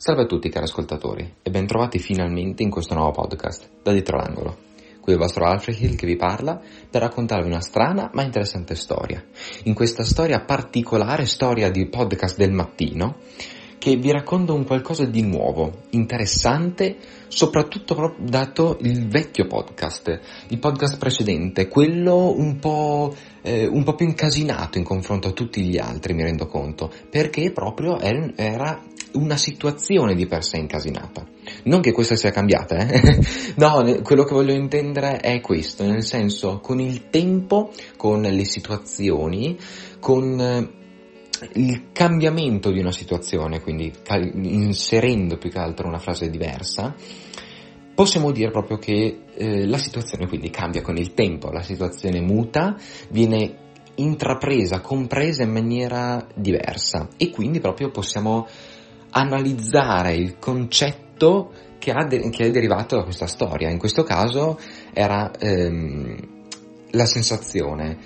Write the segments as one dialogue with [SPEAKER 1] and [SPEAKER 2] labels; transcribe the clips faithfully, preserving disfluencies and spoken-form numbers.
[SPEAKER 1] Salve a tutti cari ascoltatori e bentrovati finalmente in questo nuovo podcast da Dietro l'Angolo. Qui è il vostro Alfred Hill che vi parla per raccontarvi una strana ma interessante storia. In questa storia particolare, storia di podcast del mattino, che vi racconta un qualcosa di nuovo, interessante, soprattutto proprio dato il vecchio podcast, il podcast precedente, quello un po', eh, un po' più incasinato in confronto a tutti gli altri, mi rendo conto, perché proprio era, era una situazione di per sé incasinata. Non che questa sia cambiata, eh? No, quello che voglio intendere è questo, nel senso, con il tempo, con le situazioni, con il cambiamento di una situazione, quindi inserendo più che altro una frase diversa, possiamo dire proprio che eh, la situazione quindi cambia con il tempo, la situazione muta, viene intrapresa, compresa in maniera diversa e quindi proprio possiamo analizzare il concetto che, ha de- che è derivato da questa storia. In questo caso era ehm, la sensazione,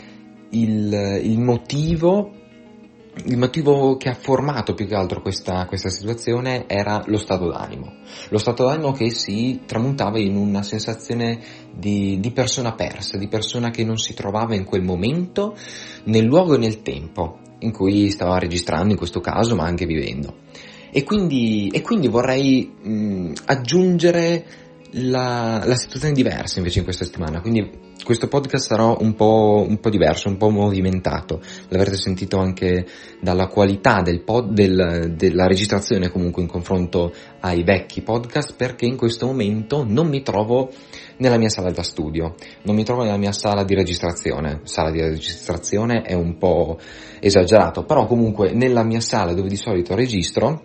[SPEAKER 1] il, il motivo Il motivo che ha formato più che altro questa, questa situazione era lo stato d'animo. Lo stato d'animo che si tramutava in una sensazione di, di persona persa, di persona che non si trovava in quel momento, nel luogo e nel tempo in cui stava registrando in questo caso, ma anche vivendo. E quindi, e quindi vorrei mh, aggiungere la, la situazione diversa invece in questa settimana, quindi questo podcast sarà un po', un po' diverso, un po' movimentato, l'avrete sentito anche dalla qualità del pod, del, della registrazione comunque in confronto ai vecchi podcast, perché in questo momento non mi trovo nella mia sala da studio, non mi trovo nella mia sala di registrazione, sala di registrazione è un po' esagerato, però comunque nella mia sala dove di solito registro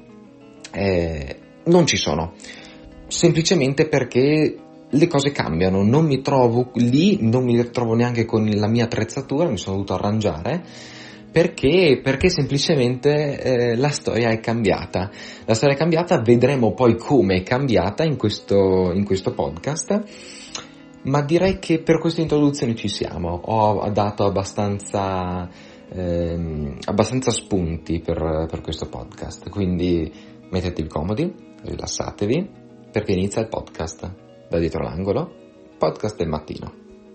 [SPEAKER 1] eh, non ci sono, semplicemente perché le cose cambiano, non mi trovo lì, non mi trovo neanche con la mia attrezzatura, mi sono dovuto arrangiare perché, perché semplicemente eh, la storia è cambiata. La storia è cambiata, vedremo poi come è cambiata in questo, in questo podcast, ma direi che per questa introduzione ci siamo. Ho dato abbastanza, ehm, abbastanza spunti per, per questo podcast, quindi mettetevi comodi, rilassatevi, perché inizia il podcast. Da Dietro l'Angolo, podcast del mattino.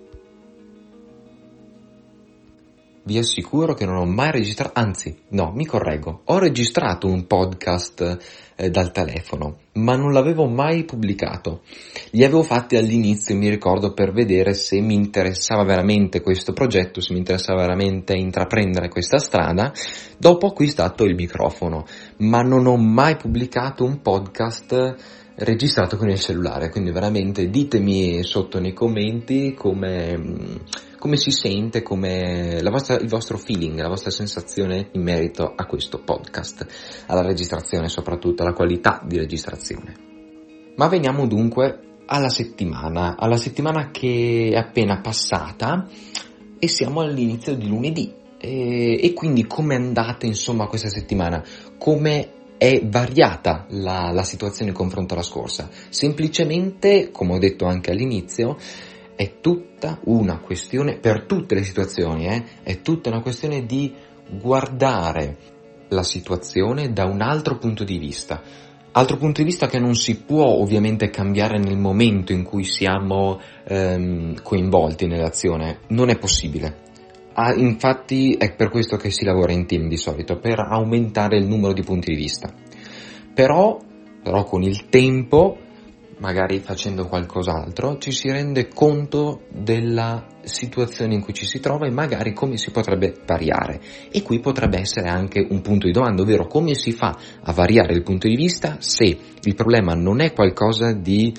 [SPEAKER 1] Vi assicuro che non ho mai registrato, anzi, no, mi correggo, ho registrato un podcast eh, dal telefono, ma non l'avevo mai pubblicato. Li avevo fatti all'inizio, mi ricordo, per vedere se mi interessava veramente questo progetto, se mi interessava veramente intraprendere questa strada. Dopo ho acquistato il microfono, ma non ho mai pubblicato un podcast registrato con il cellulare, quindi veramente ditemi sotto nei commenti come, come si sente, come la vostra, il vostro feeling, la vostra sensazione in merito a questo podcast, alla registrazione, soprattutto alla qualità di registrazione. Ma veniamo dunque alla settimana, alla settimana che è appena passata e siamo all'inizio di lunedì e, e quindi come è andata insomma questa settimana, come è variata la, la situazione in confronto alla scorsa. Semplicemente, come ho detto anche all'inizio, è tutta una questione, per tutte le situazioni, eh, è tutta una questione di guardare la situazione da un altro punto di vista. Altro punto di vista che non si può ovviamente cambiare nel momento in cui siamo ehm, coinvolti nell'azione, non è possibile. Ah, infatti è per questo che si lavora in team di solito, per aumentare il numero di punti di vista. Però, però con il tempo, magari facendo qualcos'altro, ci si rende conto della situazione in cui ci si trova e magari come si potrebbe variare. E qui potrebbe essere anche un punto di domanda, ovvero come si fa a variare il punto di vista se il problema non è qualcosa di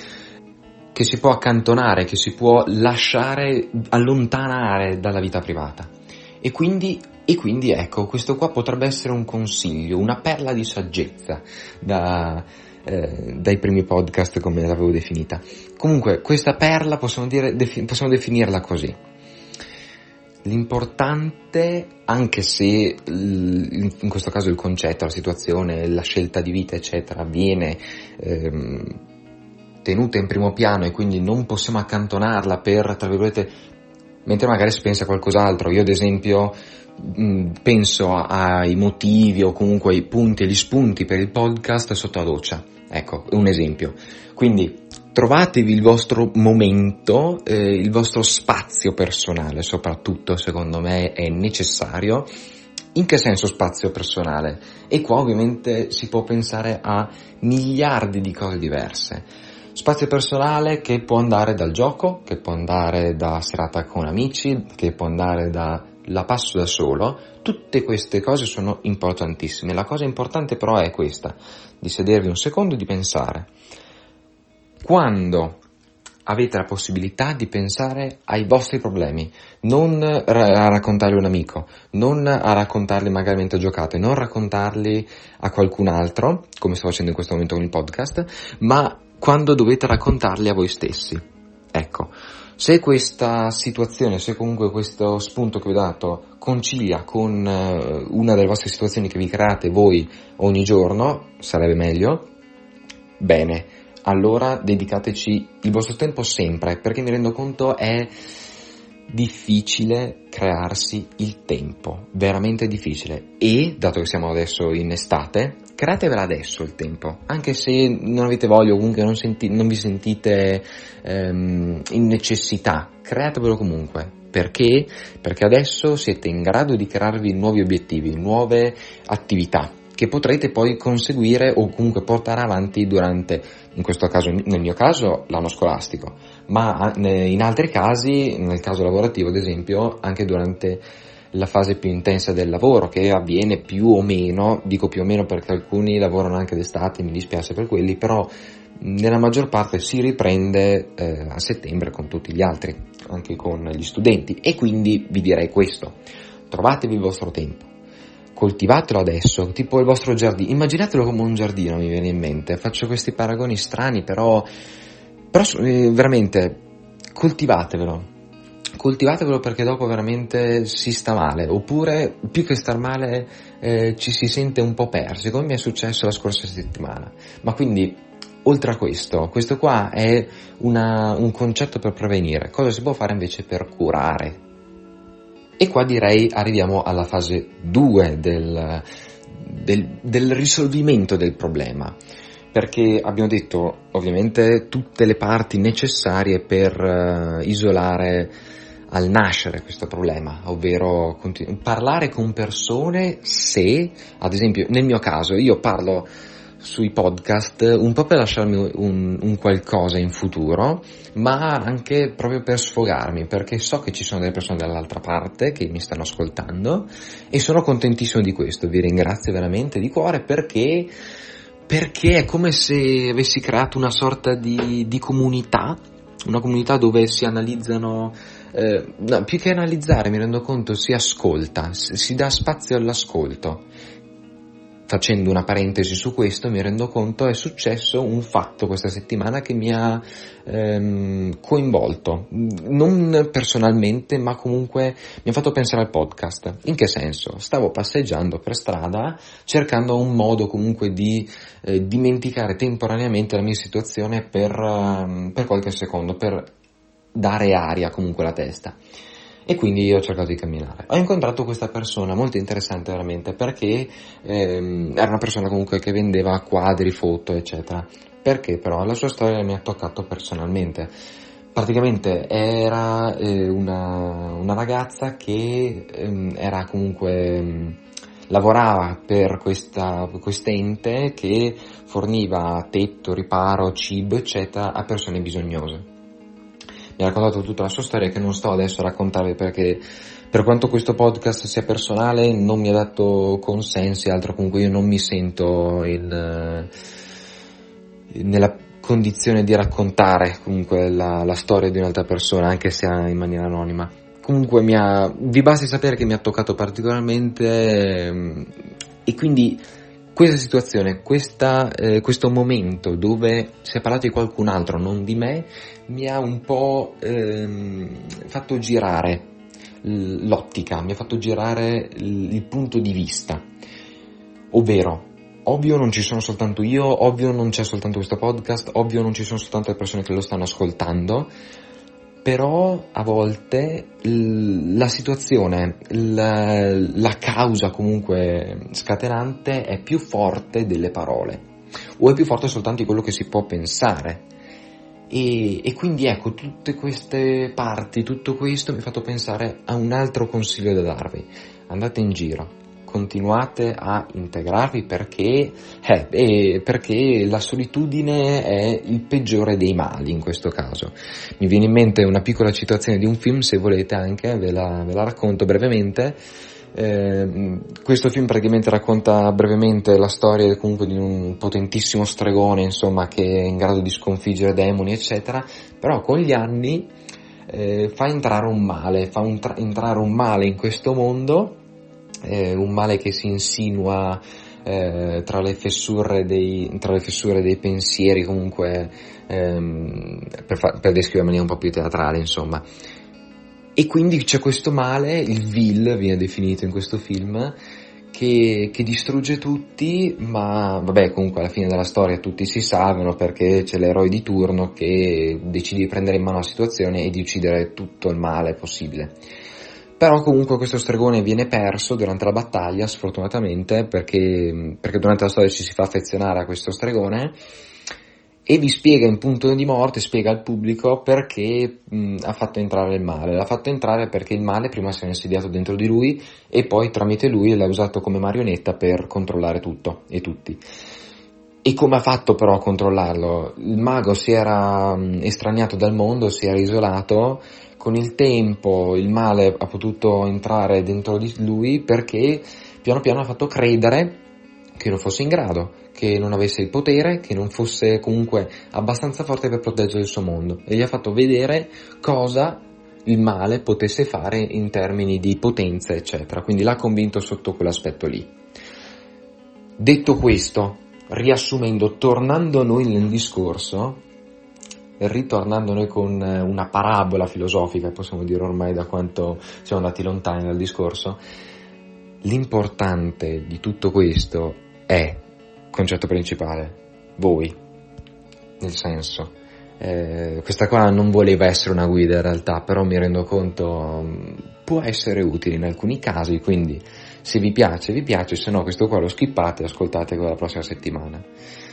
[SPEAKER 1] che si può accantonare, che si può lasciare, allontanare dalla vita privata. E quindi, e quindi ecco, questo qua potrebbe essere un consiglio, una perla di saggezza da, eh, dai primi podcast come l'avevo definita. Comunque, questa perla possiamo, dire, defi- possiamo definirla così. L'importante, anche se in questo caso il concetto, la situazione, la scelta di vita, eccetera, viene ehm, tenuta in primo piano e quindi non possiamo accantonarla per, tra virgolette, mentre magari si pensa a qualcos'altro. Io ad esempio mh, penso ai motivi o comunque ai punti e gli spunti per il podcast sotto la doccia. Ecco, un esempio. Quindi trovatevi il vostro momento, eh, il vostro spazio personale, soprattutto secondo me è necessario. In che senso spazio personale? E qua ovviamente si può pensare a miliardi di cose diverse. Spazio personale che può andare dal gioco, che può andare da serata con amici, che può andare da la passo da solo. Tutte queste cose sono importantissime. La cosa importante però è questa, di sedervi un secondo e di pensare. Quando avete la possibilità di pensare ai vostri problemi, non a raccontarli a un amico, non a raccontarli magari mentre giocate, non raccontarli a qualcun altro, come sto facendo in questo momento con il podcast, ma quando dovete raccontarli a voi stessi. Ecco, se questa situazione, se comunque questo spunto che vi ho dato concilia con una delle vostre situazioni che vi create voi ogni giorno, sarebbe meglio, bene. Allora dedicateci il vostro tempo sempre, perché mi rendo conto è difficile crearsi il tempo, veramente difficile. E, dato che siamo adesso in estate, createvela adesso il tempo, anche se non avete voglia o comunque non, senti- non vi sentite ehm, in necessità, createvelo comunque. Perché? Perché adesso siete in grado di crearvi nuovi obiettivi, nuove attività che potrete poi conseguire o comunque portare avanti durante, in questo caso, nel mio caso, l'anno scolastico, ma in altri casi, nel caso lavorativo ad esempio, anche durante la fase più intensa del lavoro, che avviene più o meno, dico più o meno perché alcuni lavorano anche d'estate, mi dispiace per quelli, però nella maggior parte si riprende eh, a settembre con tutti gli altri, anche con gli studenti, e quindi vi direi questo: trovatevi il vostro tempo. Coltivatelo adesso, tipo il vostro giardino, immaginatelo come un giardino, mi viene in mente, faccio questi paragoni strani, però, però eh, veramente coltivatevelo, coltivatevelo perché dopo veramente si sta male, oppure più che star male eh, ci si sente un po' persi, come mi è successo la scorsa settimana. Ma quindi, oltre a questo, questo qua è una, un concetto per prevenire. Cosa si può fare invece per curare? E qua direi arriviamo alla fase due del, del, del risolvimento del problema, perché abbiamo detto ovviamente tutte le parti necessarie per uh, isolare al nascere questo problema, ovvero continu- parlare con persone se, ad esempio nel mio caso, io parlo sui podcast un po' per lasciarmi un, un qualcosa in futuro, ma anche proprio per sfogarmi, perché so che ci sono delle persone dall'altra parte che mi stanno ascoltando e sono contentissimo di questo. Vi ringrazio veramente di cuore perché perché è come se avessi creato una sorta di, di comunità, una comunità dove si analizzano, eh, no, più che analizzare mi rendo conto si ascolta, si dà spazio all'ascolto. Facendo una parentesi su questo, mi rendo conto è successo un fatto questa settimana che mi ha ehm, coinvolto, non personalmente, ma comunque mi ha fatto pensare al podcast. In che senso? Stavo passeggiando per strada cercando un modo comunque di eh, dimenticare temporaneamente la mia situazione per, um, per qualche secondo, per dare aria comunque alla testa. E quindi io ho cercato di camminare. Ho incontrato questa persona molto interessante veramente, perché ehm, era una persona comunque che vendeva quadri, foto, eccetera. Perché però la sua storia mi ha toccato personalmente. Praticamente era eh, una, una ragazza che ehm, era comunque ehm, lavorava per questa quest'ente che forniva tetto, riparo, cibo, eccetera a persone bisognose. Mi ha raccontato tutta la sua storia che non sto adesso a raccontarvi, perché per quanto questo podcast sia personale non mi ha dato consensi e altro, comunque io non mi sento in, nella condizione di raccontare comunque la, la storia di un'altra persona, anche se in maniera anonima. Comunque mi ha, vi basti sapere che mi ha toccato particolarmente e quindi questa situazione, questa, eh, questo momento dove si è parlato di qualcun altro, non di me, mi ha un po' ehm, fatto girare l'ottica, mi ha fatto girare il punto di vista, ovvero, ovvio non ci sono soltanto io, ovvio non c'è soltanto questo podcast, ovvio non ci sono soltanto le persone che lo stanno ascoltando, però a volte l- la situazione, la, la causa comunque scatenante è più forte delle parole, o è più forte soltanto di quello che si può pensare. E, e quindi ecco, tutte queste parti, tutto questo mi ha fatto pensare a un altro consiglio da darvi: andate in giro, continuate a integrarvi, perché eh, eh, perché la solitudine è il peggiore dei mali in questo caso. Mi viene in mente una piccola citazione di un film, se volete anche ve la, ve la racconto brevemente. Eh, questo film praticamente racconta brevemente la storia comunque di un potentissimo stregone, insomma, che è in grado di sconfiggere demoni eccetera, però con gli anni eh, fa entrare un male, fa un tra- entrare un male in questo mondo, eh, un male che si insinua eh, tra le fessure dei tra le fessure dei pensieri, comunque ehm, per, fa- per descrivere in maniera un po' più teatrale, insomma. E quindi c'è questo male, il Vil viene definito in questo film, che, che distrugge tutti, ma vabbè, comunque alla fine della storia tutti si salvano perché c'è l'eroe di turno che decide di prendere in mano la situazione e di uccidere tutto il male possibile. Però comunque questo stregone viene perso durante la battaglia, sfortunatamente, perché, perché durante la storia ci si fa affezionare a questo stregone, e vi spiega in punto di morte, spiega al pubblico perché mh, ha fatto entrare il male. L'ha fatto entrare perché il male prima si è insediato dentro di lui e poi tramite lui l'ha usato come marionetta per controllare tutto e tutti. E come ha fatto però a controllarlo? Il mago si era mh, estraniato dal mondo, si era isolato. Con il tempo il male ha potuto entrare dentro di lui perché piano piano ha fatto credere che non fosse in grado, che non avesse il potere, che non fosse comunque abbastanza forte per proteggere il suo mondo, e gli ha fatto vedere cosa il male potesse fare in termini di potenza eccetera, quindi l'ha convinto sotto quell'aspetto lì. Detto questo, riassumendo, tornando noi nel discorso, ritornando noi con una parabola filosofica, possiamo dire ormai da quanto siamo andati lontani dal discorso, l'importante di tutto questo è, concetto principale, voi. Nel senso, eh, questa qua non voleva essere una guida in realtà, però mi rendo conto può essere utile in alcuni casi, quindi se vi piace vi piace, se no questo qua lo skippate e ascoltate quella prossima settimana.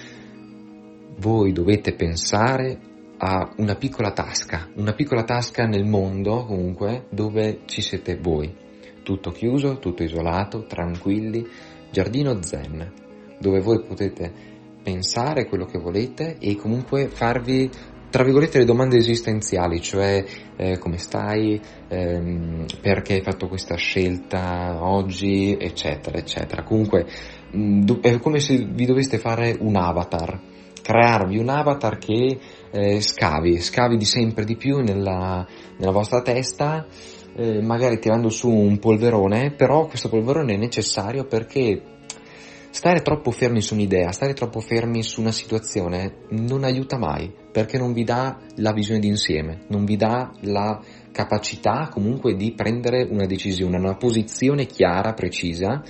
[SPEAKER 1] Voi dovete pensare a una piccola tasca, una piccola tasca nel mondo comunque dove ci siete voi, tutto chiuso, tutto isolato, tranquilli, giardino zen, dove voi potete pensare quello che volete e comunque farvi, tra virgolette, le domande esistenziali, cioè eh, come stai, ehm, perché hai fatto questa scelta oggi, eccetera, eccetera. Comunque mh, è come se vi doveste fare un avatar, crearvi un avatar che eh, scavi, scavi di sempre di più nella, nella vostra testa, eh, magari tirando su un polverone, però questo polverone è necessario perché stare troppo fermi su un'idea, stare troppo fermi su una situazione non aiuta mai, perché non vi dà la visione d'insieme, non vi dà la capacità comunque di prendere una decisione, una posizione chiara, precisa,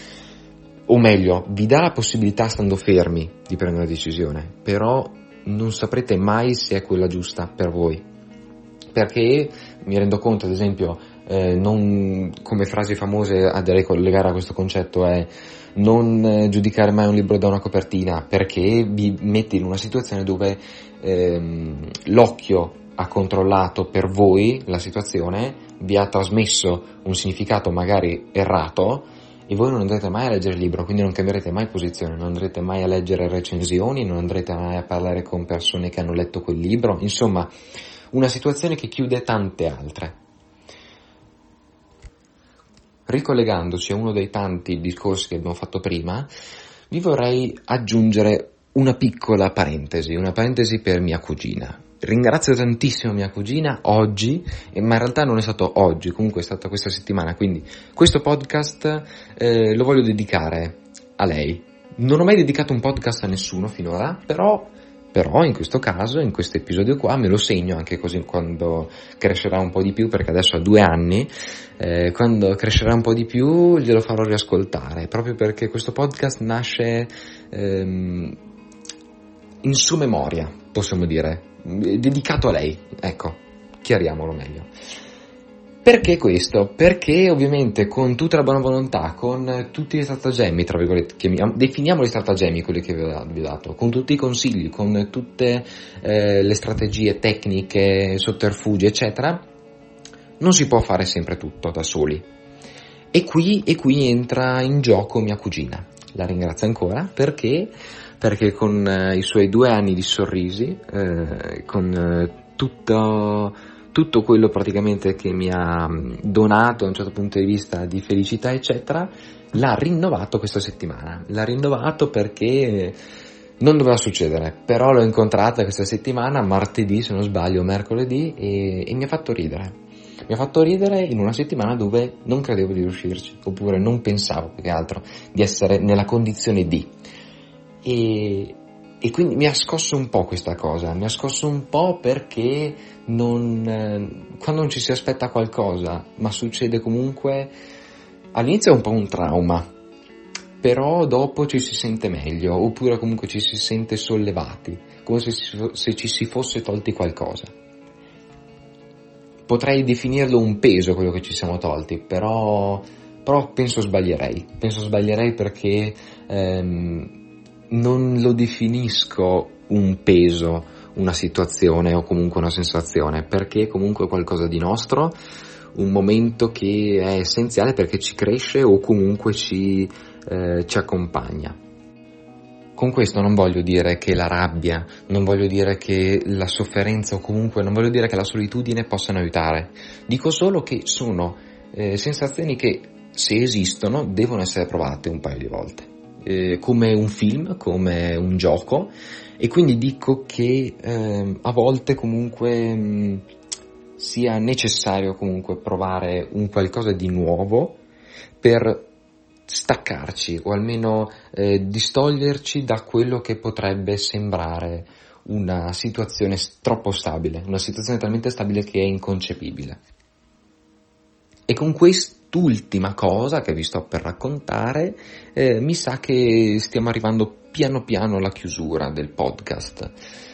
[SPEAKER 1] o meglio, vi dà la possibilità stando fermi di prendere una decisione, però non saprete mai se è quella giusta per voi, perché mi rendo conto, ad esempio, eh, non, come frasi famose a direi collegare a questo concetto è non eh, giudicare mai un libro da una copertina, perché vi mette in una situazione dove ehm, l'occhio ha controllato per voi la situazione, vi ha trasmesso un significato magari errato e voi non andrete mai a leggere il libro, quindi non cambierete mai posizione, non andrete mai a leggere recensioni, non andrete mai a parlare con persone che hanno letto quel libro, insomma una situazione che chiude tante altre. Ricollegandoci a uno dei tanti discorsi che abbiamo fatto prima, vi vorrei aggiungere una piccola parentesi, una parentesi per mia cugina. Ringrazio tantissimo mia cugina oggi, ma in realtà non è stato oggi, comunque è stata questa settimana, quindi questo podcast eh, lo voglio dedicare a lei. Non ho mai dedicato un podcast a nessuno finora, però... Però in questo caso, in questo episodio qua, me lo segno anche così quando crescerà un po' di più, perché adesso ha due anni, eh, quando crescerà un po' di più glielo farò riascoltare, proprio perché questo podcast nasce ehm, in sua memoria, possiamo dire, dedicato a lei, ecco. chiariamolo meglio. Perché questo? Perché ovviamente con tutta la buona volontà, con tutti gli stratagemmi, tra virgolette, chiamiamo, definiamoli stratagemmi quelli che vi ho dato, con tutti i consigli, con tutte eh, le strategie tecniche, sotterfugi, eccetera, non si può fare sempre tutto da soli. E qui, e qui entra in gioco mia cugina. La ringrazio ancora perché, perché con eh, i suoi due anni di sorrisi, eh, con eh, tutto... tutto quello praticamente che mi ha donato da un certo punto di vista di felicità eccetera, l'ha rinnovato questa settimana, l'ha rinnovato perché non doveva succedere, però l'ho incontrata questa settimana, martedì se non sbaglio, mercoledì, e, e mi ha fatto ridere, mi ha fatto ridere in una settimana dove non credevo di riuscirci, oppure non pensavo più che altro di essere nella condizione di, e... E quindi mi ha scosso un po' questa cosa, mi ha scosso un po' perché non, eh, quando non ci si aspetta qualcosa, ma succede comunque, all'inizio è un po' un trauma, però dopo ci si sente meglio, oppure comunque ci si sente sollevati, come se, si, se ci si fosse tolti qualcosa. Potrei definirlo un peso quello che ci siamo tolti, però, però penso sbaglierei, penso sbaglierei perché... Ehm, non lo definisco un peso, una situazione o comunque una sensazione, perché comunque è qualcosa di nostro, un momento che è essenziale perché ci cresce o comunque ci, eh, ci accompagna. Con questo non voglio dire che la rabbia, non voglio dire che la sofferenza o comunque non voglio dire che la solitudine possano aiutare, dico solo che sono eh, sensazioni che, se esistono, devono essere provate un paio di volte. Eh, come un film, come un gioco, e quindi dico che eh, a volte comunque mh, sia necessario comunque provare un qualcosa di nuovo per staccarci o almeno eh, distoglierci da quello che potrebbe sembrare una situazione troppo stabile, una situazione talmente stabile che è inconcepibile. E con quest'ultima cosa che vi sto per raccontare, eh, mi sa che stiamo arrivando piano piano alla chiusura del podcast.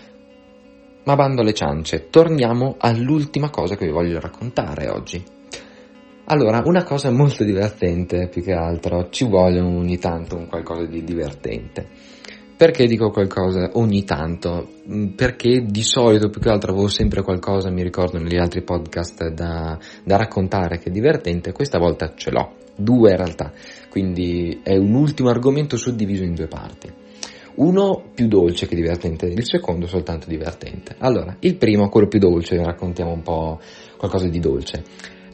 [SPEAKER 1] Ma bando alle ciance, torniamo all'ultima cosa che vi voglio raccontare oggi. Allora, una cosa molto divertente, più che altro, ci vuole ogni tanto un qualcosa di divertente. Perché dico qualcosa ogni tanto? Perché di solito più che altro avevo sempre qualcosa, mi ricordo negli altri podcast, da, da raccontare che è divertente, questa volta ce l'ho, due in realtà, quindi è un ultimo argomento suddiviso in due parti. Uno più dolce che divertente, il secondo soltanto divertente. Allora, il primo, quello più dolce, raccontiamo un po' qualcosa di dolce.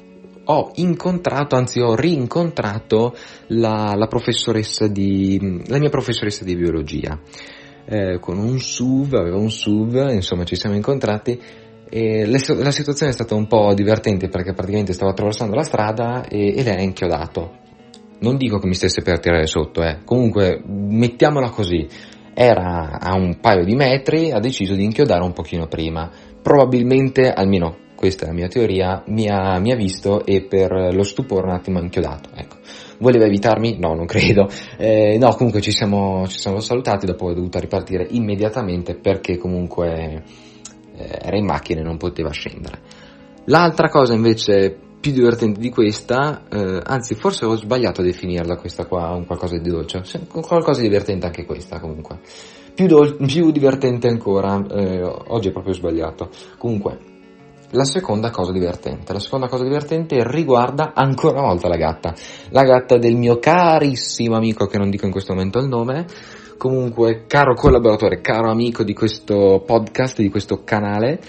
[SPEAKER 1] Ho incontrato, anzi ho rincontrato la, la professoressa di, la mia professoressa di biologia, eh, con un S U V, aveva un S U V, insomma ci siamo incontrati e le, la situazione è stata un po' divertente perché praticamente stavo attraversando la strada e, e lei ha inchiodato. Non dico che mi stesse per tirare sotto, eh, comunque mettiamola così, era a un paio di metri, ha deciso di inchiodare un pochino prima, probabilmente, almeno questa è la mia teoria, mi ha, mi ha visto e per lo stupore un attimo ha inchiodato, ecco. Voleva evitarmi? No, non credo. Eh, no, comunque ci siamo, ci siamo salutati, dopo ho dovuto ripartire immediatamente perché comunque eh, era in macchina e non poteva scendere. L'altra cosa invece più divertente di questa, eh, anzi forse ho sbagliato a definirla questa qua, un qualcosa di dolce, qualcosa di divertente anche questa comunque. Più, dol- più divertente ancora, eh, oggi è proprio sbagliato. Comunque, La seconda cosa divertente, la seconda cosa divertente riguarda ancora una volta la gatta, la gatta del mio carissimo amico, che non dico in questo momento il nome, comunque caro collaboratore, caro amico di questo podcast, di questo canale,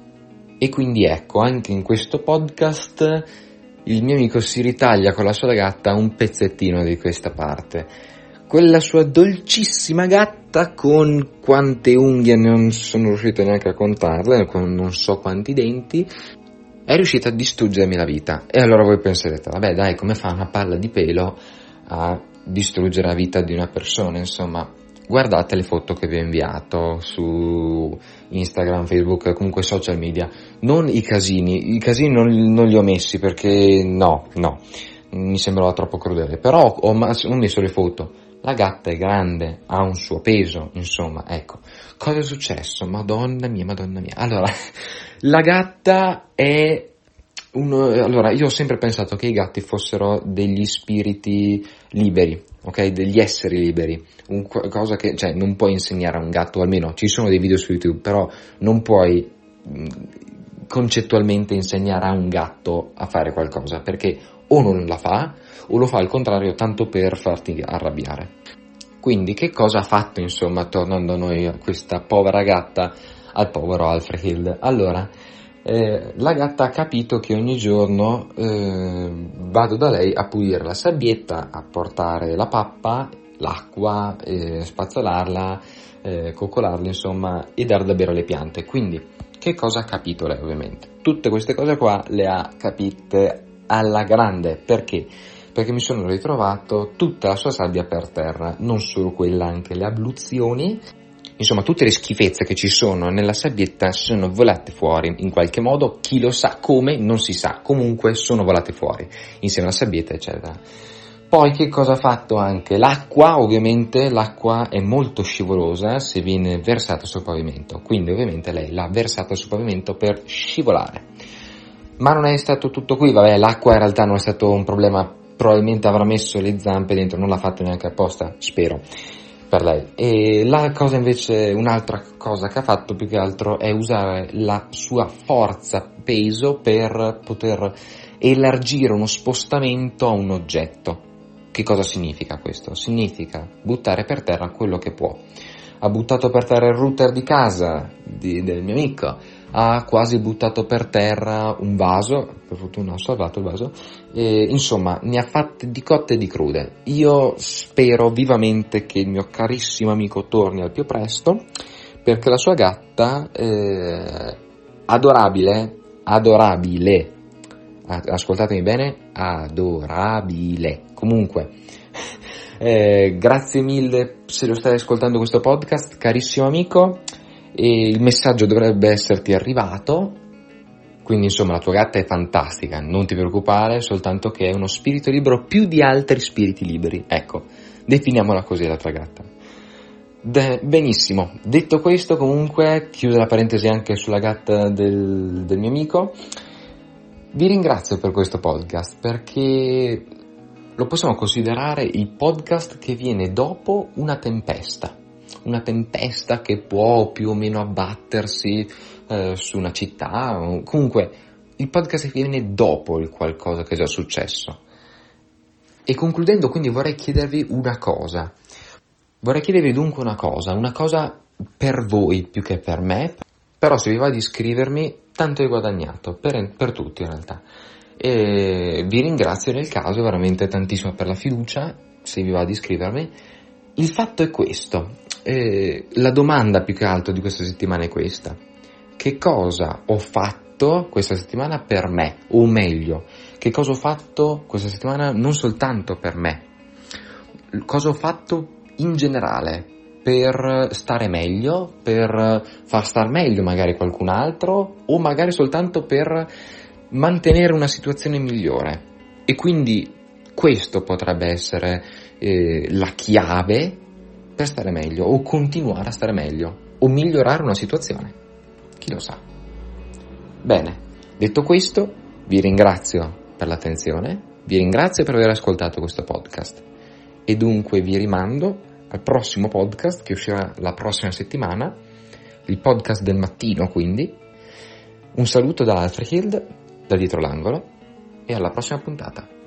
[SPEAKER 1] e quindi ecco, anche in questo podcast il mio amico si ritaglia con la sua gatta un pezzettino di questa parte. Quella sua dolcissima gatta con quante unghie non sono riuscito neanche a contarle, con non so quanti denti, è riuscita a distruggermi la vita. E allora voi penserete, vabbè dai, come fa una palla di pelo a distruggere la vita di una persona? Insomma, guardate le foto che vi ho inviato su Instagram, Facebook, comunque social media. Non i casini, i casini non, non li ho messi perché no, no. mi sembrava troppo crudele, però ho, ho messo le foto. La gatta è grande, ha un suo peso, insomma, ecco. Cosa è successo? Madonna mia, madonna mia. Allora, la gatta è un... Allora, io ho sempre pensato che i gatti fossero degli spiriti liberi, ok? Degli esseri liberi. Un cosa che, cioè, non puoi insegnare a un gatto, o almeno ci sono dei video su YouTube, però non puoi mh, concettualmente insegnare a un gatto a fare qualcosa, perché o non la fa, o lo fa al contrario tanto per farti arrabbiare. Quindi che cosa ha fatto, insomma, tornando a noi, a questa povera gatta, al povero Alfred Hild? Allora, eh, la gatta ha capito che ogni giorno eh, vado da lei a pulire la sabbietta, a portare la pappa, l'acqua, eh, spazzolarla, eh, coccolarla, insomma, e dar da bere alle piante. Quindi, che cosa ha capito lei, ovviamente? Tutte queste cose qua le ha capite alla grande. Perché? Perché mi sono ritrovato tutta la sua sabbia per terra, non solo quella, anche le abluzioni, insomma tutte le schifezze che ci sono nella sabbietta sono volate fuori in qualche modo, chi lo sa come non si sa, comunque sono volate fuori insieme alla sabbietta, eccetera. Poi che cosa ha fatto anche? L'acqua, ovviamente l'acqua è molto scivolosa se viene versata sul pavimento, quindi ovviamente lei l'ha versata sul pavimento per scivolare. Ma non è stato tutto qui, vabbè, l'acqua in realtà non è stato un problema, probabilmente avrà messo le zampe dentro, non l'ha fatto neanche apposta, spero, per lei. E la cosa invece, un'altra cosa che ha fatto più che altro è usare la sua forza peso per poter elargire uno spostamento a un oggetto. Che cosa significa questo? Significa buttare per terra quello che può. Ha buttato per terra il router di casa di, del mio amico, ha quasi buttato per terra un vaso, per fortuna ho salvato il vaso, e, insomma ne ha fatte di cotte e di crude. Io spero vivamente che il mio carissimo amico torni al più presto, perché la sua gatta, eh, adorabile, adorabile, ascoltatemi bene, adorabile, comunque, eh, grazie mille se lo stai ascoltando questo podcast, carissimo amico, e il messaggio dovrebbe esserti arrivato, quindi insomma la tua gatta è fantastica, non ti preoccupare, soltanto che è uno spirito libero più di altri spiriti liberi, ecco, definiamola così la tua gatta. De- benissimo, detto questo, comunque, chiusa la parentesi anche sulla gatta del, del mio amico, vi ringrazio per questo podcast, perché lo possiamo considerare il podcast che viene dopo una tempesta, una tempesta che può più o meno abbattersi eh, su una città, o comunque il podcast che viene dopo il qualcosa che è già successo. E concludendo, quindi vorrei chiedervi una cosa, vorrei chiedervi dunque una cosa, una cosa per voi più che per me, però se vi va di iscrivermi, tanto hai guadagnato, per, per tutti in realtà. E vi ringrazio nel caso veramente tantissimo per la fiducia, se vi va di iscrivermi. Il fatto è questo, eh, la domanda più che altro di questa settimana è questa: che cosa ho fatto questa settimana per me, o meglio, che cosa ho fatto questa settimana non soltanto per me, cosa ho fatto in generale per stare meglio, per far star meglio magari qualcun altro, o magari soltanto per mantenere una situazione migliore. E quindi questo potrebbe essere eh, la chiave per stare meglio, o continuare a stare meglio, o migliorare una situazione, chi lo sa. Bene, detto questo, vi ringrazio per l'attenzione, vi ringrazio per aver ascoltato questo podcast, e dunque vi rimando al prossimo podcast che uscirà la prossima settimana, il podcast del mattino quindi. Un saluto da Alfred Hild, da dietro l'angolo, e alla prossima puntata.